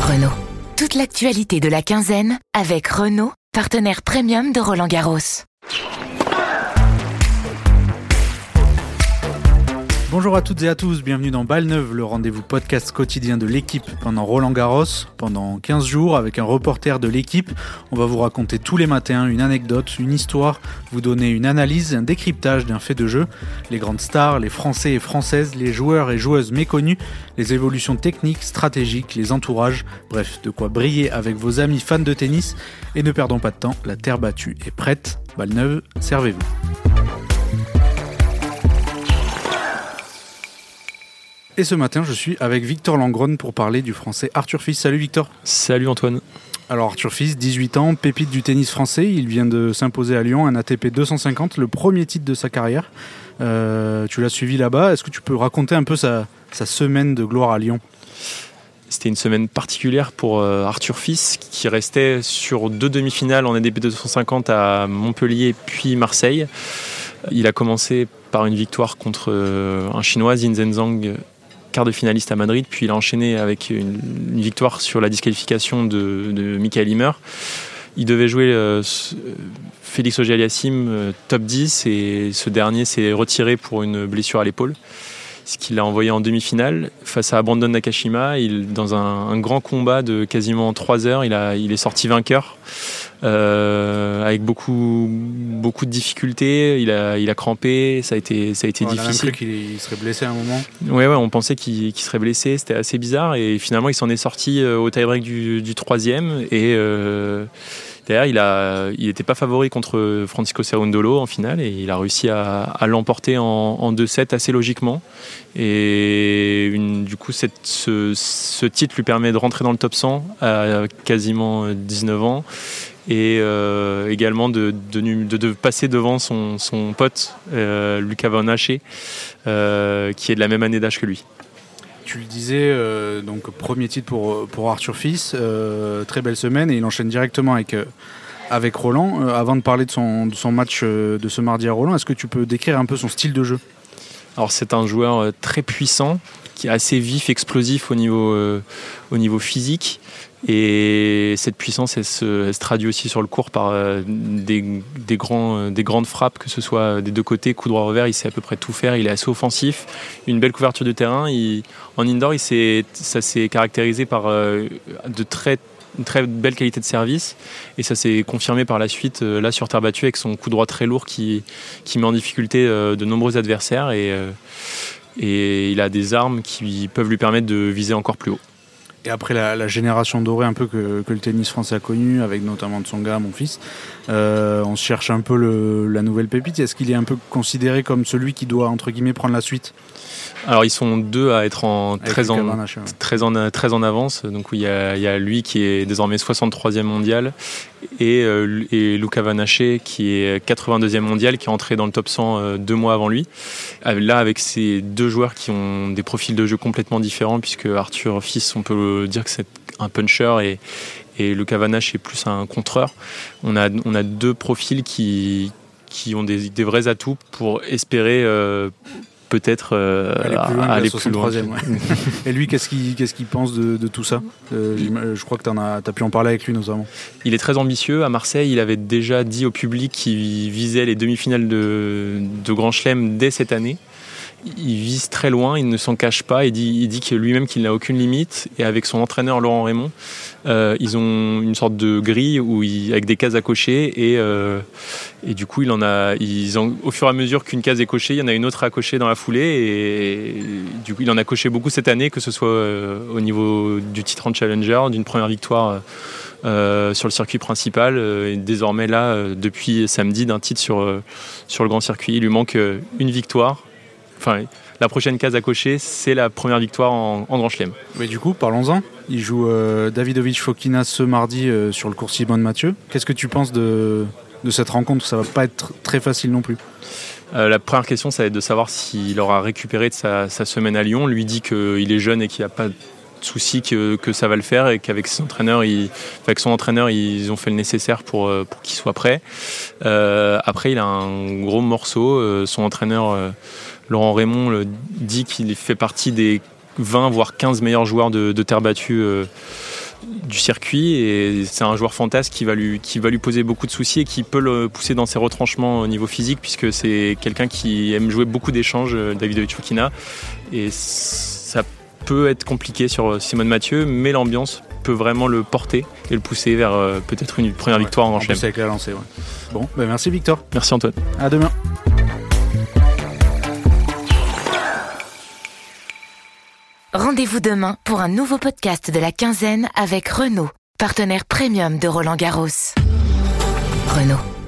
Renault. Toute l'actualité de la quinzaine avec Renault, partenaire premium de Roland-Garros. Bonjour à toutes et à tous, bienvenue dans Balle Neuve, le rendez-vous podcast quotidien de l'équipe pendant Roland-Garros. Pendant 15 jours, avec un reporter de l'équipe, on va vous raconter tous les matins une anecdote, une histoire, vous donner une analyse, un décryptage d'un fait de jeu, les grandes stars, les Français et Françaises, les joueurs et joueuses méconnus, les évolutions techniques, stratégiques, les entourages, bref, de quoi briller avec vos amis fans de tennis. Et ne perdons pas de temps, la terre battue est prête. Balle Neuve, servez-vous. Et ce matin, je suis avec Victor Langron pour parler du français Arthur Fils. Salut Victor. Salut Antoine. Alors Arthur Fils, 18 ans, pépite du tennis français. Il vient de s'imposer à Lyon, un ATP 250, le premier titre de sa carrière. Tu l'as suivi là-bas. Est-ce que tu peux raconter un peu sa semaine de gloire à Lyon ? C'était une semaine particulière pour Arthur Fils, qui restait sur 2 demi-finales en ATP 250 à Montpellier puis Marseille. Il a commencé par une victoire contre un Chinois, Xin Zhang, quart de finaliste à Madrid, puis il a enchaîné avec une victoire sur la disqualification de Michael Himmer. Il devait jouer Félix Auger-Aliassime top 10 et ce dernier s'est retiré pour une blessure à l'épaule, ce qui l'a envoyé en demi-finale face à Brandon Nakashima. Dans un grand combat de quasiment 3 heures, il est sorti vainqueur avec beaucoup de difficultés. Il a crampé, ça a été difficile. On a même cru qu'il serait blessé à un moment. Ouais, on pensait qu'il serait blessé, c'était assez bizarre et finalement il s'en est sorti au tie-break du 3e et d'ailleurs, il n'était pas favori contre Francisco Cerundolo en finale et il a réussi à l'emporter en 2-7 assez logiquement. Et du coup, ce titre lui permet de rentrer dans le top 100 à quasiment 19 ans et également de passer devant son pote Luca Van Hache, qui est de la même année d'âge que lui. Tu le disais, donc premier titre pour Arthur Fils, très belle semaine et il enchaîne directement avec Roland. Avant de parler de son match de ce mardi à Roland, est-ce que tu peux décrire un peu son style de jeu ? Alors c'est un joueur très puissant, qui est assez vif, explosif au niveau physique. Et cette puissance, elle se traduit aussi sur le court par des grandes frappes, que ce soit des deux côtés, coup droit revers, il sait à peu près tout faire, il est assez offensif, une belle couverture de terrain. En indoor, ça s'est caractérisé par une très belle qualité de service et ça s'est confirmé par la suite là sur terre battue avec son coup droit très lourd qui met en difficulté de nombreux adversaires et il a des armes qui peuvent lui permettre de viser encore plus haut. Et après la génération dorée un peu que le tennis français a connue, avec notamment Tsonga, mon fils, on se cherche un peu la nouvelle pépite. Est-ce qu'il est un peu considéré comme celui qui doit, entre guillemets, prendre la suite ? Alors ils sont 2 à être très en avance. Donc il y a lui qui est désormais 63e mondial et Luca Van Hache qui est 82e mondial, qui est entré dans le top 100 2 mois avant lui. Là, avec ces 2 joueurs qui ont des profils de jeu complètement différents, puisque Arthur Fils, on peut dire que c'est un puncher et Luca Van Hache est plus un contreur. On a 2 profils qui ont des vrais atouts pour espérer peut-être aller plus loin. Ouais. Et lui, qu'est-ce qu'il pense de tout ça ? Je crois que tu as pu en parler avec lui notamment. Il est très ambitieux. À Marseille, il avait déjà dit au public qu'il visait les demi-finales de Grand Chelem dès cette année. Il vise très loin, il ne s'en cache pas, il dit que lui-même qu'il n'a aucune limite, et avec son entraîneur Laurent Raymond, ils ont une sorte de grille avec des cases à cocher et du coup au fur et à mesure qu'une case est cochée, il y en a une autre à cocher dans la foulée et du coup il en a coché beaucoup cette année, que ce soit au niveau du titre en Challenger, d'une première victoire sur le circuit principal et désormais là depuis samedi d'un titre sur le grand circuit. Il lui manque une victoire. Enfin, la prochaine case à cocher, c'est la première victoire en Grand Chelem. Mais du coup, parlons-en. Il joue Davidovich Fokina ce mardi sur le court Simone Mathieu. Qu'est-ce que tu penses de cette rencontre ? Ça va pas être très facile non plus. La première question, ça va être de savoir s'il aura récupéré de sa semaine à Lyon. Lui dit qu'il est jeune et qu'il n'y a pas de souci que ça va le faire et qu'avec son entraîneur, ils ont fait le nécessaire pour qu'il soit prêt. Après, il a un gros morceau. Son entraîneur Laurent Raymond dit qu'il fait partie des 20 voire 15 meilleurs joueurs de terre battue du circuit, et c'est un joueur fantasque qui va lui poser beaucoup de soucis et qui peut le pousser dans ses retranchements au niveau physique, puisque c'est quelqu'un qui aime jouer beaucoup d'échanges, Davidovich Fokina, et ça peut être compliqué sur Simone Mathieu, mais l'ambiance peut vraiment le porter et le pousser vers peut-être une première victoire en Grand Chelem. Avec la lancée, ouais. Bon, merci Victor. Merci Antoine. À demain. Rendez-vous demain pour un nouveau podcast de la quinzaine avec Renault, partenaire premium de Roland Garros. Renault.